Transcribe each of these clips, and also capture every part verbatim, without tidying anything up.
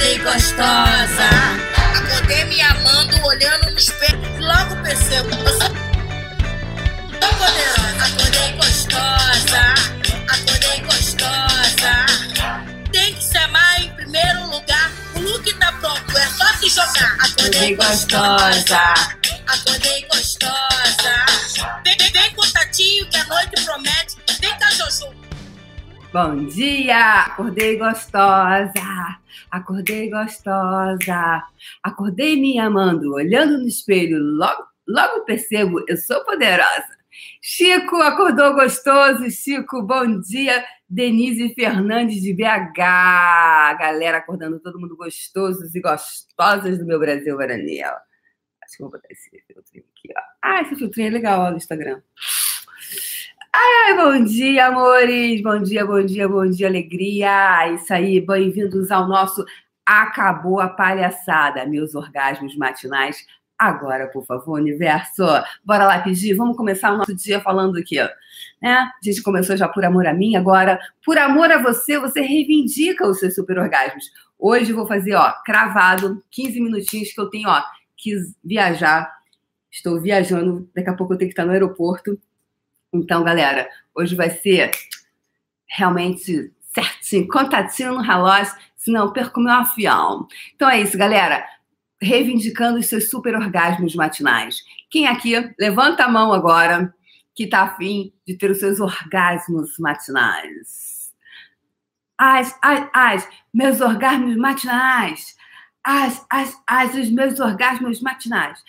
Acordei gostosa. Acordei me amando, olhando no espelho. Logo percebo, eu sou tão poderosa. Acordei gostosa. Acordei gostosa. Tem que se amar em primeiro lugar. O look tá pronto, é só se jogar. Acordei gostosa. Acordei gostosa. Vem, vem, vem com o tatinho que a noite promete. Vem com a Jojo. Bom dia! Acordei gostosa, acordei gostosa, acordei me amando, olhando no espelho, logo, logo percebo, eu sou poderosa. Chico acordou gostoso, Chico, bom dia. Denise Fernandes de B H, galera acordando, todo mundo gostosos e gostosas do meu Brasil varonil. Acho que vou botar esse filtrinho aqui, ó. Ah, esse filtrinho é legal, ó, no Instagram. Ai, bom dia, amores! Bom dia, bom dia, bom dia, alegria! Isso aí, bem-vindos ao nosso Acabou a Palhaçada, meus orgasmos matinais. Agora, por favor, universo, bora lá pedir? Vamos começar o nosso dia falando aqui, ó. Né? A gente começou já por amor a mim, agora, por amor a você, você reivindica os seus super orgasmos. Hoje eu vou fazer, ó, cravado, quinze minutinhos que eu tenho, ó, que viajar. Estou viajando, daqui a pouco eu tenho que estar no aeroporto. Então, galera, hoje vai ser realmente certinho, contatinho no relógio, senão eu perco meu avião. Então é isso, galera. Reivindicando os seus super orgasmos matinais. Quem aqui, levanta a mão agora, que tá afim de ter os seus orgasmos matinais. As, as, as, meus orgasmos matinais. As, as, as, os meus orgasmos matinais.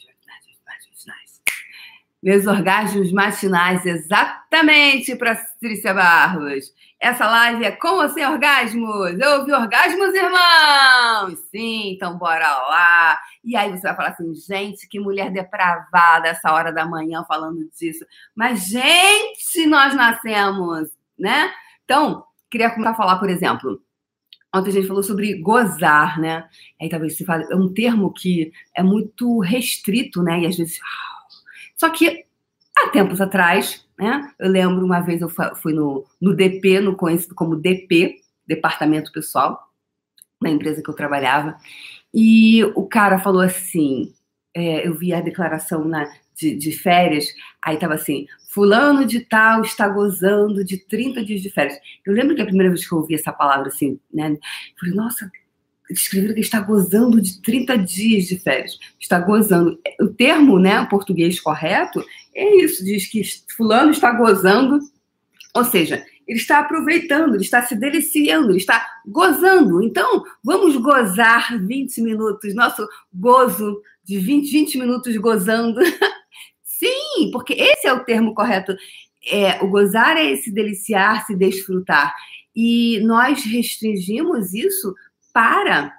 Meus orgasmos matinais, exatamente, Patrícia Barros. Essa live é com ou sem orgasmos? Eu ouvi orgasmos, irmãos? Sim, então bora lá. E aí você vai falar assim, gente, que mulher depravada essa hora da manhã falando disso. Mas, gente, nós nascemos, né? Então, queria começar a falar, por exemplo, ontem a gente falou sobre gozar, né? Aí talvez você fale, é um termo que é muito restrito, né? E às vezes... Só que, há tempos atrás, né, eu lembro uma vez eu fui no, no D P, no conhecido como D P, Departamento Pessoal, na empresa que eu trabalhava, e o cara falou assim, é, eu vi a declaração na, de, de férias, aí estava assim, fulano de tal está gozando de trinta dias de férias. Eu lembro que a primeira vez que eu ouvi essa palavra assim, né, eu falei, nossa, escreveram que está gozando de trinta dias de férias. Está gozando. O termo, né, o português correto, é isso, diz que fulano está gozando, ou seja, ele está aproveitando, ele está se deliciando, ele está gozando. Então, vamos gozar vinte minutos, nosso gozo de vinte, vinte minutos gozando. Sim, porque esse é o termo correto. É, o gozar é se deliciar, se desfrutar. E nós restringimos isso para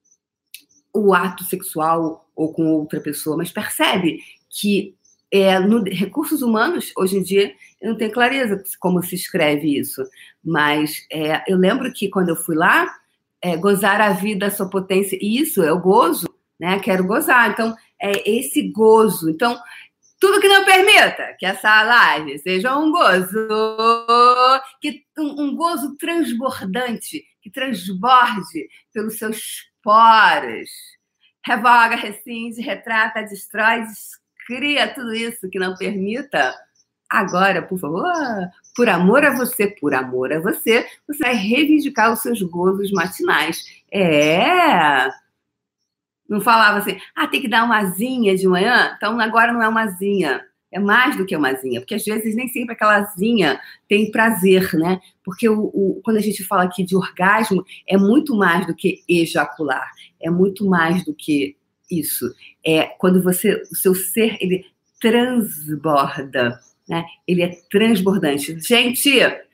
o ato sexual ou com outra pessoa, mas percebe que é, no recursos humanos, hoje em dia, eu não tenho clareza como se escreve isso, mas é, eu lembro que quando eu fui lá, é, gozar a vida, a sua potência, e isso é o gozo, né? Quero gozar, então é esse gozo. Então, tudo que não permita que essa live seja um gozo, que, um, um gozo transbordante, que transborde pelos seus poros. Revoga, rescinde, retrata, destrói, descria tudo isso que não permita. Agora, por favor, por amor a você, por amor a você, você vai reivindicar os seus gozos matinais. É... Não falava assim, ah, tem que dar uma asinha de manhã? Então, agora não é uma asinha. É mais do que uma asinha. Porque, às vezes, nem sempre aquela asinha tem prazer, né? Porque o, o, quando a gente fala aqui de orgasmo, é muito mais do que ejacular. É muito mais do que isso. É quando você, o seu ser, ele transborda, né? Ele é transbordante. Gente,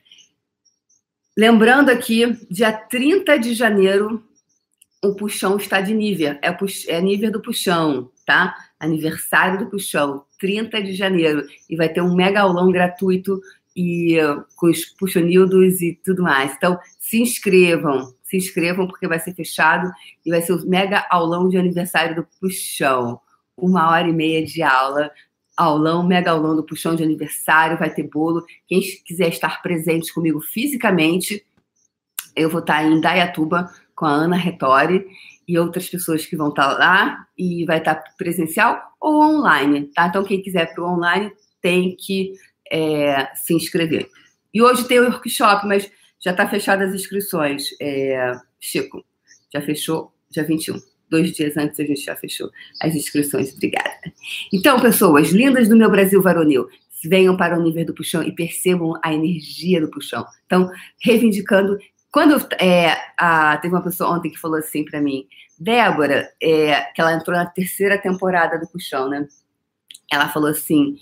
lembrando aqui, dia trinta de janeiro, o Puxão está de Nívea, é, é Nívea do Puxão, tá? Aniversário do Puxão, trinta de janeiro, e vai ter um mega aulão gratuito e uh, com os puxonildos e tudo mais. Então, se inscrevam, se inscrevam porque vai ser fechado e vai ser o mega aulão de aniversário do Puxão. Uma hora e meia de aula, aulão, mega aulão do Puxão de aniversário, vai ter bolo. Quem quiser estar presente comigo fisicamente, eu vou estar em Indaiatuba, com a Ana Retori e outras pessoas que vão estar lá, e vai estar presencial ou online, tá? Então, quem quiser para o online tem que é, se inscrever. E hoje tem o workshop, mas já está fechado as inscrições, é, Chico. Já fechou dia vinte e um. Dois dias antes a gente já fechou as inscrições. Obrigada. Então, pessoas lindas do meu Brasil varonil, venham para o nível do puxão e percebam a energia do puxão. Então, reivindicando... Quando é, a, teve uma pessoa ontem que falou assim para mim, Débora, é, que ela entrou na terceira temporada do puxão, né? Ela falou assim,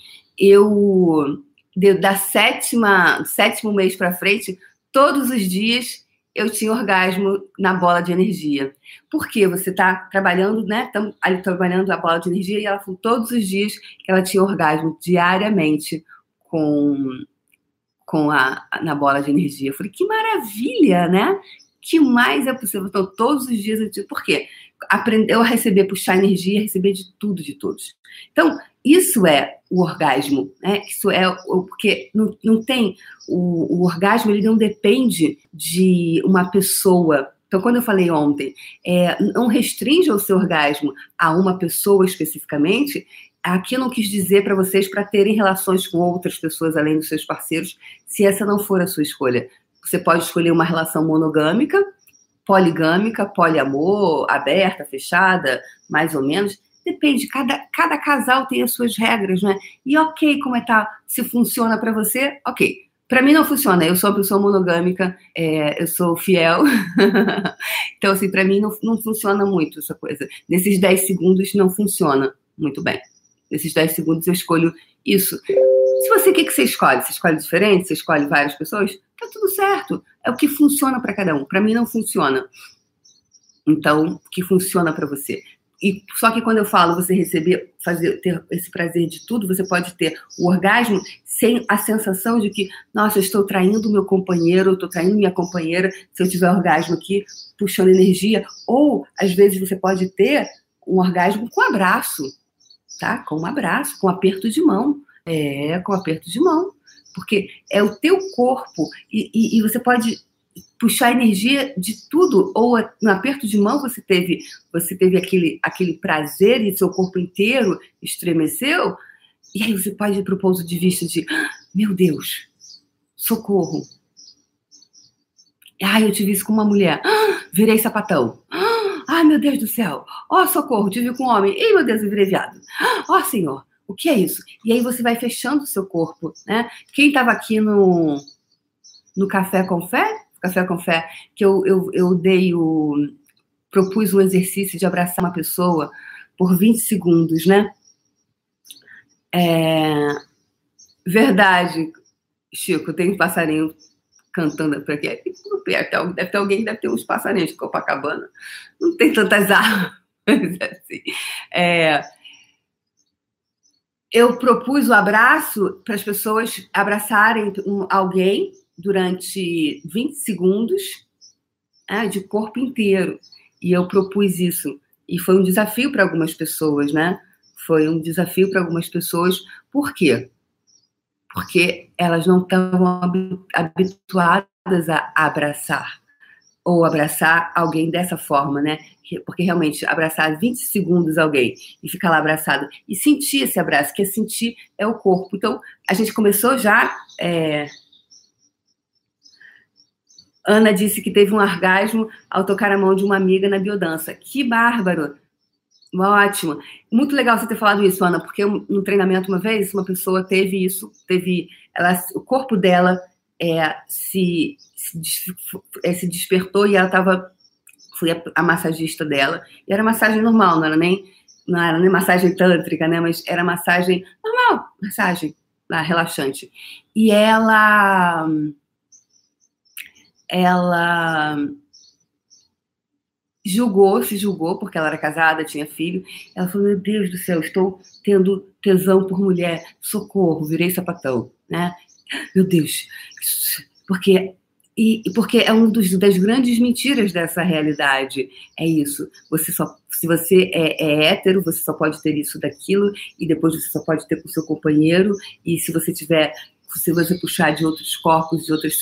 eu, de, da sétima, do sétimo mês para frente, todos os dias eu tinha orgasmo na bola de energia. Porque você está trabalhando, né? Estamos ali trabalhando a bola de energia, e ela falou todos os dias que ela tinha orgasmo diariamente com, com a, na bola de energia. Eu falei, que maravilha, né? Que mais é possível? Então, todos os dias eu tive. Por quê? Aprendeu a receber, puxar energia, receber de tudo, de todos. Então, isso é o orgasmo, né? Isso é o, porque não, não tem o, o orgasmo, ele não depende de uma pessoa. Então, quando eu falei ontem, é, não restrinja o seu orgasmo a uma pessoa especificamente. Aqui eu não quis dizer para vocês para terem relações com outras pessoas além dos seus parceiros, se essa não for a sua escolha. Você pode escolher uma relação monogâmica, poligâmica, poliamor, aberta, fechada, mais ou menos. Depende, cada, cada casal tem as suas regras, né? E ok, como é tá, se funciona para você, ok. Para mim não funciona, eu sou uma pessoa monogâmica, é, eu sou fiel. Então, assim, para mim não, não funciona muito essa coisa. Nesses dez segundos não funciona muito bem. Nesses dez segundos eu escolho isso. Se você, o que, que você escolhe? Você escolhe diferente? Você escolhe várias pessoas? Tá tudo certo. É o que funciona para cada um. Para mim não funciona. Então, o que funciona para você? E, só que quando eu falo você receber, fazer, ter esse prazer de tudo, você pode ter o orgasmo sem a sensação de que, nossa, eu estou traindo meu companheiro, eu estou traindo minha companheira, se eu tiver orgasmo aqui, puxando energia. Ou, às vezes, você pode ter um orgasmo com abraço, tá? Com um abraço, com um aperto de mão. É, com um aperto de mão. Porque é o teu corpo e, e, e você pode puxar energia de tudo, ou no aperto de mão você teve, você teve aquele, aquele prazer e seu corpo inteiro estremeceu, e aí você pode ir para o ponto de vista de, ah, meu Deus, socorro. Ah, eu tive isso com uma mulher, ah, virei sapatão. Ah, meu Deus do céu, ó, oh, socorro, tive com um homem, ei, meu Deus, eu virei viado. Ó, oh, Senhor, o que é isso? E aí você vai fechando o seu corpo, né? Quem estava aqui no, no Café com Fé, Café com Fé, que eu, eu, eu dei o... propus um exercício de abraçar uma pessoa por vinte segundos, né? É... Verdade, Chico, tem um passarinho cantando por aqui. Aqui tudo perto. Deve ter alguém que deve ter uns passarinhos de Copacabana. Não tem tantas árvores assim. É... Eu propus o abraço para as pessoas abraçarem um, alguém durante vinte segundos, né, de corpo inteiro. E eu propus isso. E foi um desafio para algumas pessoas, né? Foi um desafio para algumas pessoas. Por quê? Porque elas não estavam habituadas a abraçar. Ou abraçar alguém dessa forma, né? Porque realmente abraçar vinte segundos alguém e ficar lá abraçado e sentir esse abraço, que é sentir é o corpo. Então, a gente começou já... É... Ana disse que teve um orgasmo ao tocar a mão de uma amiga na biodança. Que bárbaro! Ótimo. Muito legal você ter falado isso, Ana, porque eu, no treinamento uma vez, uma pessoa teve isso, teve, ela, o corpo dela é, se, se, é, se despertou e ela estava, fui a, a massagista dela, e era massagem normal, não era nem, não era nem massagem tântrica, né, mas era massagem normal, massagem lá, relaxante. E ela... ela julgou, se julgou, porque ela era casada, tinha filho. Ela falou, meu Deus do céu, estou tendo tesão por mulher, socorro, virei sapatão, né? Meu Deus, porque, e, porque é uma das grandes mentiras dessa realidade, é isso. Você só, se você é, é hétero, você só pode ter isso daquilo, e depois você só pode ter com o seu companheiro, e se você tiver, se você puxar de outros corpos, de outras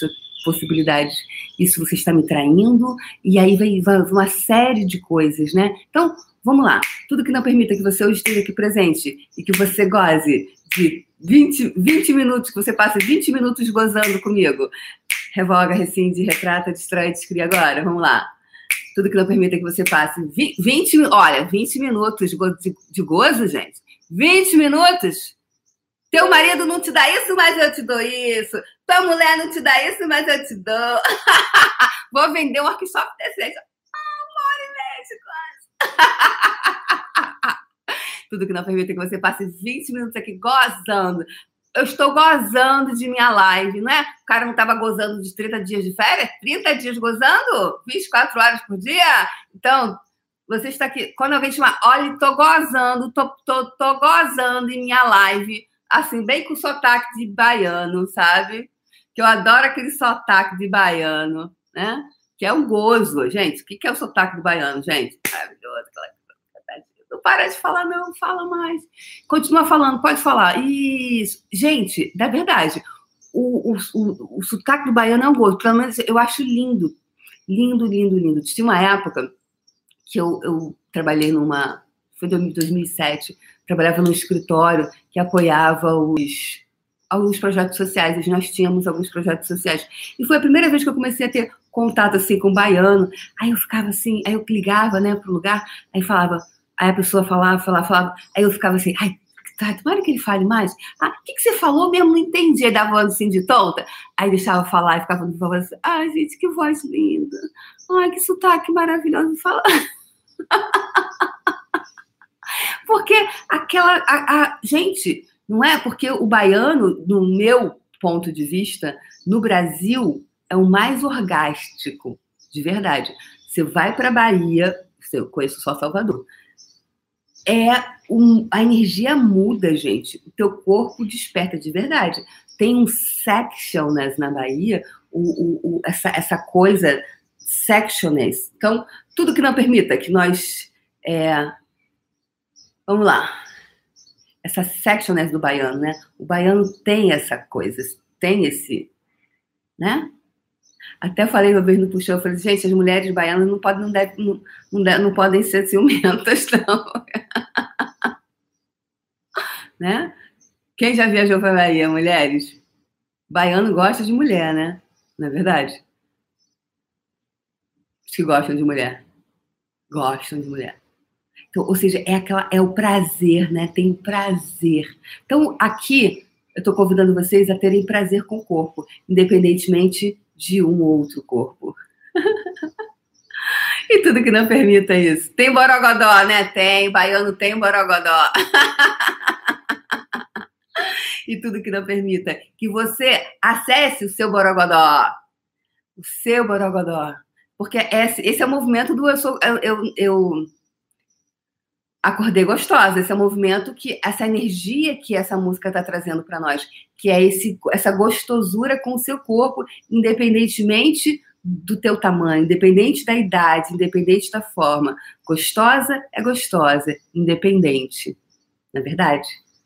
possibilidades. Isso você está me traindo, e aí vem uma série de coisas, né? Então, vamos lá. Tudo que não permita que você esteja aqui presente e que você goze de vinte, vinte minutos, que você passe vinte minutos gozando comigo. Revoga, rescinde, retrata, destrói, descria agora. Vamos lá. Tudo que não permita que você passe vinte, olha, vinte minutos de, de, de gozo, gente. vinte minutos. Teu marido não te dá isso, mas eu te dou isso. Tua mulher não te dá isso, mas eu te dou. Vou vender um workshop decente. Ah, uma hora e meia de quase. Tudo que não permita que você passe vinte minutos aqui gozando. Eu estou gozando de minha live, não é? O cara não estava gozando de trinta dias de férias? trinta dias gozando? vinte e quatro horas por dia? Então, você está aqui. Quando alguém te chama, olha, estou gozando, tô, tô, tô gozando em minha live. Assim, bem com sotaque de baiano, sabe? Que eu adoro aquele sotaque de baiano, né? Que é um gozo, gente. O que é o sotaque do baiano, gente? Maravilhoso. Não para de falar, não. Fala mais. Continua falando, pode falar. Isso. Gente, da verdade, o, o, o, o sotaque do baiano é um gozo. Pelo menos eu acho lindo. Lindo, lindo, lindo. Tinha uma época que eu, eu trabalhei numa... Foi em dois mil e sete. Trabalhava num escritório que apoiava os, alguns projetos sociais. Nós tínhamos alguns projetos sociais. E foi a primeira vez que eu comecei a ter contato assim, com o baiano. Aí eu ficava assim, aí eu ligava, né, pro lugar, aí falava, aí a pessoa falava, falava, falava, aí eu ficava assim, ai, tá, tomara que ele fale mais. Ah, o que, que você falou mesmo? Não entendi. Aí dava assim de tonta. Aí deixava falar e ficava falando assim, ai, gente, que voz linda. Ai, que sotaque maravilhoso. Fala... Porque aquela... A, a, gente, não é? Porque o baiano, no meu ponto de vista, no Brasil, é o mais orgástico, de verdade. Você vai para a Bahia, eu conheço só Salvador, é um, a energia muda, gente. O teu corpo desperta de verdade. Tem um sectioners na Bahia, o, o, o, essa, essa coisa sectioners. Então, tudo que não permita que nós... É, vamos lá. Essa sectioners do baiano, né? O baiano tem essa coisa, tem esse... né? Até falei uma vez no puxão, eu falei, gente, as mulheres baianas não podem, não deve, não, não, deve, não podem ser ciumentas, não. Né? Quem já viajou para a Bahia, mulheres? Baiano gosta de mulher, né? Não é verdade? Os que gostam de mulher. Gostam de mulher. Então, ou seja, é, aquela, é o prazer, né? Tem prazer. Então, aqui, eu estou convidando vocês a terem prazer com o corpo, independentemente de um ou outro corpo. E tudo que não permita isso. Tem borogodó, né? Tem. Baiano tem borogodó. E tudo que não permita que você acesse o seu borogodó. O seu borogodó. Porque esse, esse é o movimento do eu sou... Eu, eu, eu acordei gostosa. Esse é o movimento que... Essa energia que essa música está trazendo para nós. Que é esse, essa gostosura com o seu corpo, independentemente do teu tamanho, independente da idade, independente da forma. Gostosa é gostosa, independente. Não é verdade?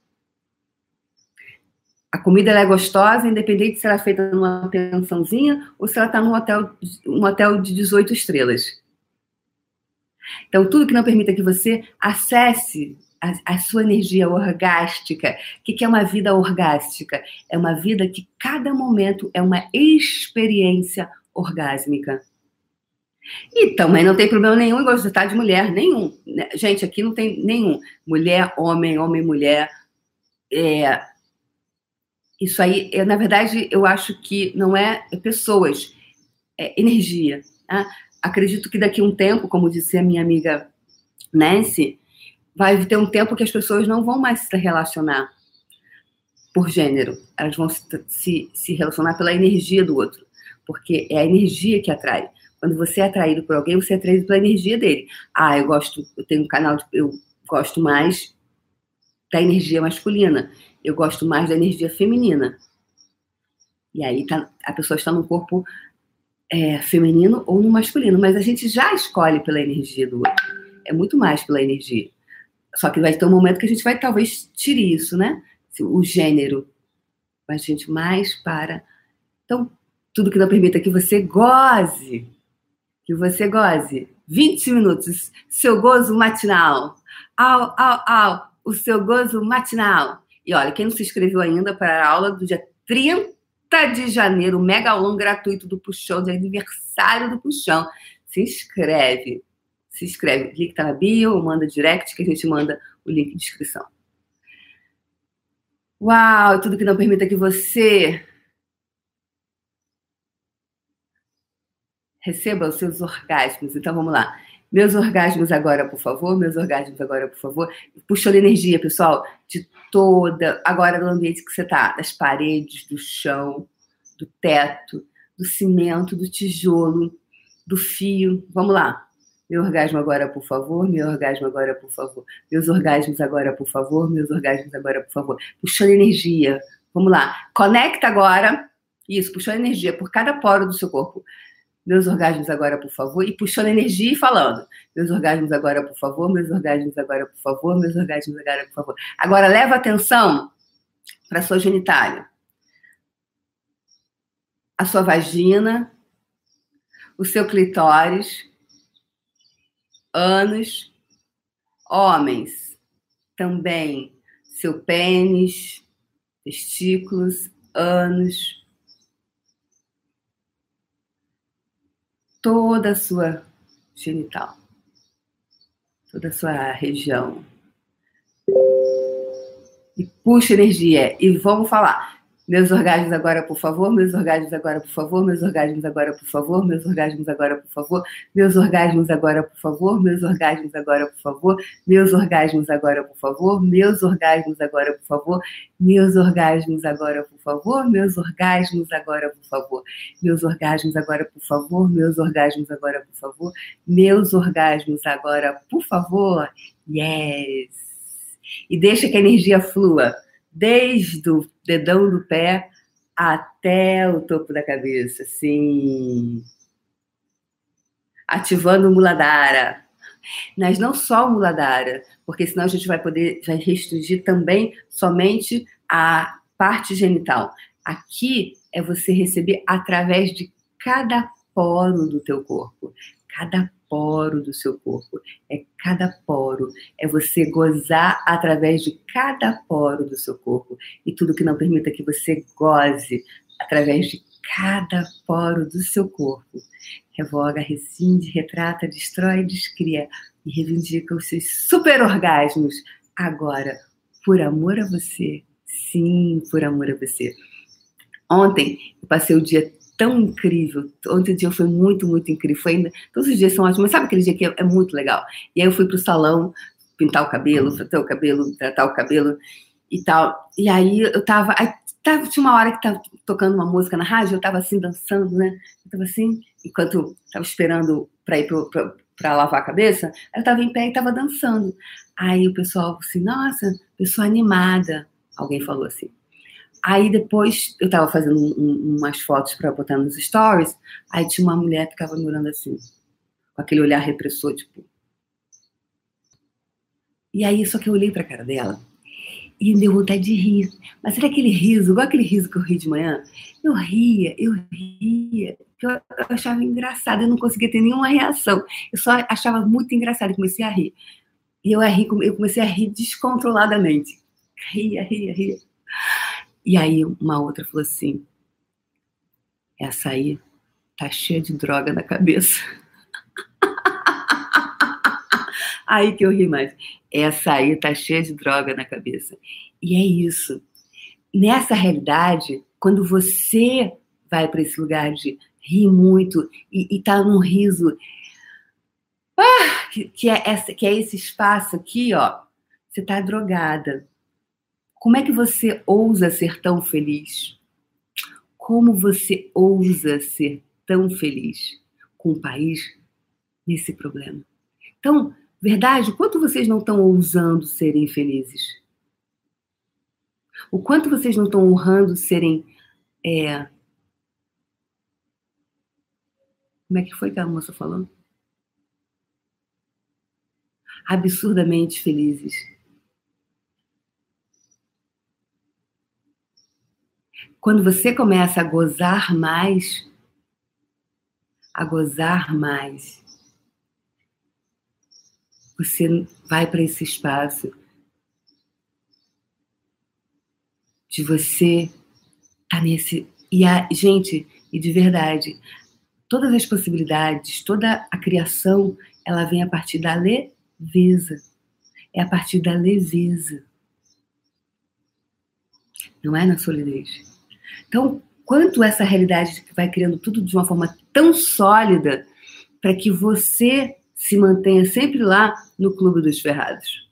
A comida ela é gostosa, independente se ela é feita numa pensãozinha ou se ela está num hotel, um hotel de dezoito estrelas. Então, tudo que não permita que você acesse a, a sua energia orgástica. O que, que é uma vida orgástica? É uma vida que cada momento é uma experiência orgásmica. E também não tem problema nenhum em gostar de mulher, nenhum. Gente, aqui não tem nenhum. Mulher, homem, homem, mulher. É... Isso aí, eu, na verdade, eu acho que não é pessoas, é energia. Tá? Acredito que daqui a um tempo, como disse a minha amiga Nancy, vai ter um tempo que as pessoas não vão mais se relacionar por gênero. Elas vão se, se relacionar pela energia do outro. Porque é a energia que atrai. Quando você é atraído por alguém, você é atraído pela energia dele. Ah, eu gosto, eu tenho um canal, de, eu gosto mais da energia masculina. Eu gosto mais da energia feminina. E aí tá, a pessoa está no corpo é, feminino ou no masculino. Mas a gente já escolhe pela energia do outro. É muito mais pela energia. Só que vai ter um momento que a gente vai talvez tire isso, né? O gênero. A gente mais para... Então, Tudo que não permita que você goze. Que você goze. vinte minutos. Seu gozo matinal. Au, au, au. O seu gozo matinal. E olha, quem não se inscreveu ainda para a aula do dia trinta de janeiro, o mega aulão gratuito do Puxão, de aniversário do Puxão, se inscreve. Se inscreve. O link tá na bio, ou manda direct, que a gente manda o link de inscrição. Uau, tudo que não permita que você receba os seus orgasmos. Então, vamos lá. Meus orgasmos agora, por favor. Meus orgasmos agora, por favor. Puxando energia, pessoal, de toda... Agora, no ambiente que você tá. Das paredes, do chão, do teto, do cimento, do tijolo, do fio. Vamos lá. Meu orgasmo agora, por favor. Meu orgasmo agora, por favor. Meus orgasmos agora, por favor. Meus orgasmos agora, por favor. Puxando energia. Vamos lá. Conecta agora. Isso, puxando energia por cada poro do seu corpo. Meus orgasmos agora, por favor. E puxando energia e falando. Meus orgasmos agora, por favor. Meus orgasmos agora, por favor. Meus orgasmos agora, por favor. Agora, leva atenção para a sua genitália. A sua vagina. O seu clitóris. Ânus. Homens. Também seu pênis. Testículos. Ânus. Toda a sua genital, toda a sua região. E puxa energia. E vamos falar. Meus orgasmos agora, por favor. Meus orgasmos agora, por favor. Meus orgasmos agora, por favor. Meus orgasmos agora, por favor. Meus orgasmos agora, por favor. Meus orgasmos agora, por favor. Meus orgasmos agora, por favor. Meus orgasmos agora, por favor. Meus orgasmos agora, por favor. Meus orgasmos agora, por favor. Meus orgasmos agora, por favor. Meus orgasmos agora, por favor. Meus orgasmos agora, por favor. Yes. E deixa que a energia flua. Desde o dedão do pé até o topo da cabeça, sim. Ativando o Muladhara. Mas não só o Muladhara, porque senão a gente vai poder vai restringir também somente a parte genital. Aqui é você receber através de cada poro do teu corpo. Cada poro do seu corpo. É cada poro. É você gozar através de cada poro do seu corpo. E tudo que não permita que você goze através de cada poro do seu corpo. Revoga, rescinde, retrata, destrói, descria e reivindica os seus super orgasmos. Agora, por amor a você. Sim, por amor a você. Ontem, eu passei o dia tão incrível. Ontem o dia foi muito, muito incrível. Foi ainda... Todos os dias são ótimos, mas sabe aquele dia que é, é muito legal? E aí eu fui pro salão pintar o cabelo, tratar o cabelo, tratar o cabelo e tal. E aí eu tava... Aí tava tinha uma hora que tava tocando uma música na rádio, eu tava assim, dançando, né? Eu tava assim, enquanto tava esperando pra ir pro, pra, pra lavar a cabeça, eu tava em pé e tava dançando. Aí o pessoal assim, nossa, pessoa animada. Alguém falou assim. Aí depois eu tava fazendo um, um, umas fotos para botar nos stories, aí tinha uma mulher que ficava me olhando assim, com aquele olhar repressor, tipo. E aí, só que eu olhei pra cara dela e me deu vontade de rir. Mas era aquele riso, igual aquele riso que eu ri de manhã. Eu ria, eu ria, eu, eu achava engraçado, eu não conseguia ter nenhuma reação. Eu só achava muito engraçado, eu comecei a rir. E eu, ri, eu comecei a rir descontroladamente. Ria, ria, ria. E aí uma outra falou assim, essa aí tá cheia de droga na cabeça. Aí que eu ri mais. Essa aí tá cheia de droga na cabeça. E é isso. Nessa realidade, quando você vai para esse lugar de rir muito e, e tá num riso, ah, que, que, é essa, que é esse espaço aqui, ó, você tá drogada. Como é que você ousa ser tão feliz? Como você ousa ser tão feliz com o país nesse problema? Então, verdade, o quanto vocês não estão ousando serem felizes? O quanto vocês não estão honrando serem... É... Como é que foi que a moça falou? Absurdamente felizes. quando você começa a gozar mais, a gozar mais, você vai para esse espaço de você estar nesse... E a gente, e de verdade, todas as possibilidades, toda a criação, ela vem a partir da leveza. É a partir da leveza. Não é na solidez. Então, quanto essa realidade vai criando tudo de uma forma tão sólida para que você se mantenha sempre lá no clube dos ferrados.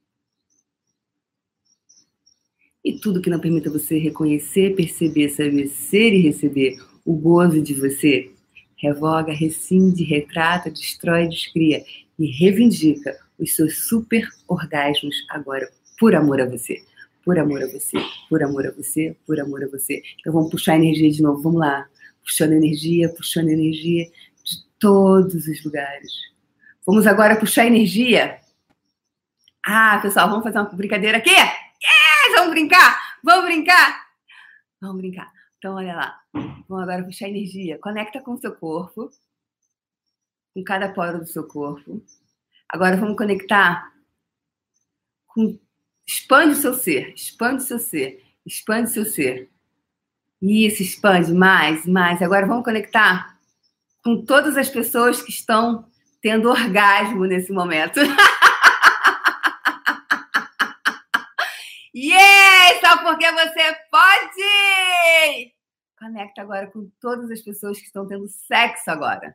E tudo que não permita você reconhecer, perceber, saber ser e receber o gozo de você, revoga, rescinde, retrata, destrói, descria e reivindica os seus super orgasmos agora, por amor a você. Por amor a você, por amor a você, por amor a você. Então vamos puxar a energia de novo, vamos lá. Puxando energia, puxando energia de todos os lugares. Vamos agora puxar energia. Ah, pessoal, vamos fazer uma brincadeira aqui? Yes! Vamos brincar! Vamos brincar! Vamos brincar. Então, olha lá. Vamos agora puxar energia. Conecta com o seu corpo. Com cada poro do seu corpo. Agora vamos conectar com... Expande o seu ser. Expande o seu ser. Expande o seu ser. Isso, expande mais, mais. Agora vamos conectar com todas as pessoas que estão tendo orgasmo nesse momento. Yes! Só porque você pode! Conecta agora com todas as pessoas que estão tendo sexo agora.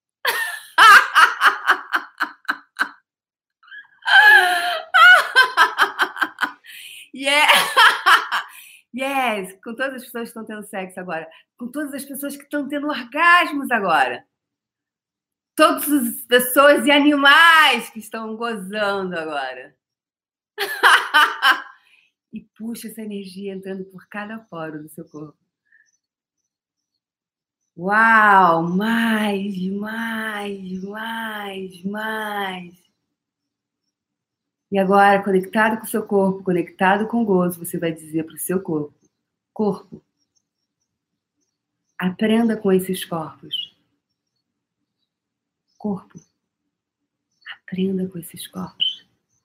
Yeah! Yes! Com todas as pessoas que estão tendo sexo agora. Com todas as pessoas que estão tendo orgasmos agora. Todas as pessoas e animais que estão gozando agora. E puxa essa energia entrando por cada poro do seu corpo. Uau! Mais, mais, mais, mais. E agora, conectado com o seu corpo, conectado com o gozo, você vai dizer para o seu corpo: corpo, aprenda com esses corpos. Corpo, aprenda com esses corpos.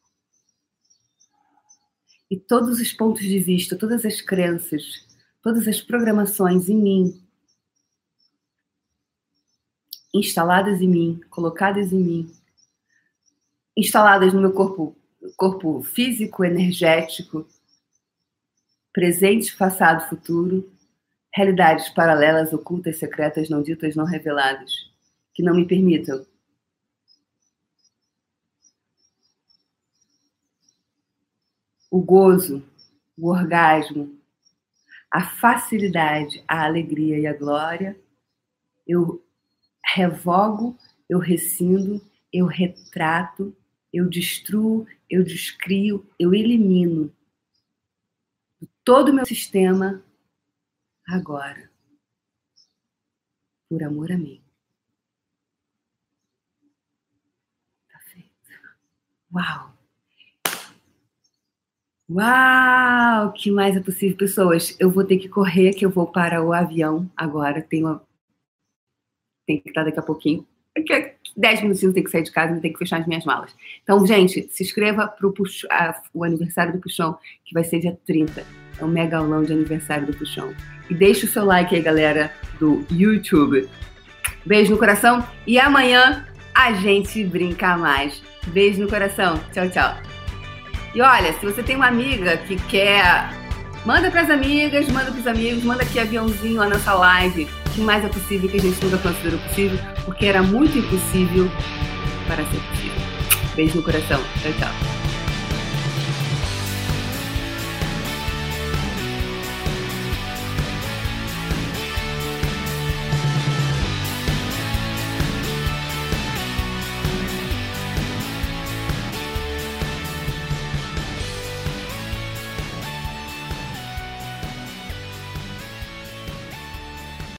E todos os pontos de vista, todas as crenças, todas as programações em mim, instaladas em mim, colocadas em mim, instaladas no meu corpo, corpo físico, energético, presente, passado, futuro, realidades paralelas, ocultas, secretas, não ditas, não reveladas, que não me permitam o gozo, o orgasmo, a facilidade, a alegria e a glória. Eu revogo, eu rescindo, eu retrato, eu destruo, eu descrio, eu elimino todo o meu sistema agora, por amor a mim. Tá feito. Uau! Uau! O que mais é possível? Pessoas, eu vou ter que correr, que eu vou para o avião agora. Tenho, tenho que estar daqui a pouquinho. Daqui a dez minutinhos tem que sair de casa e tem que fechar as minhas malas. Então, gente, se inscreva para o aniversário do Puxão, que vai ser dia trinta. É um mega aulão de aniversário do Puxão. E deixa o seu like aí, galera, do YouTube. Beijo no coração. E amanhã a gente brinca mais. Beijo no coração. Tchau, tchau. E olha, se você tem uma amiga que quer... Manda para as amigas, manda para os amigos, manda aqui aviãozinho a nossa live. O que mais é possível que a gente nunca considerou possível, porque era muito impossível para ser possível. Beijo no coração. Tchau, tchau.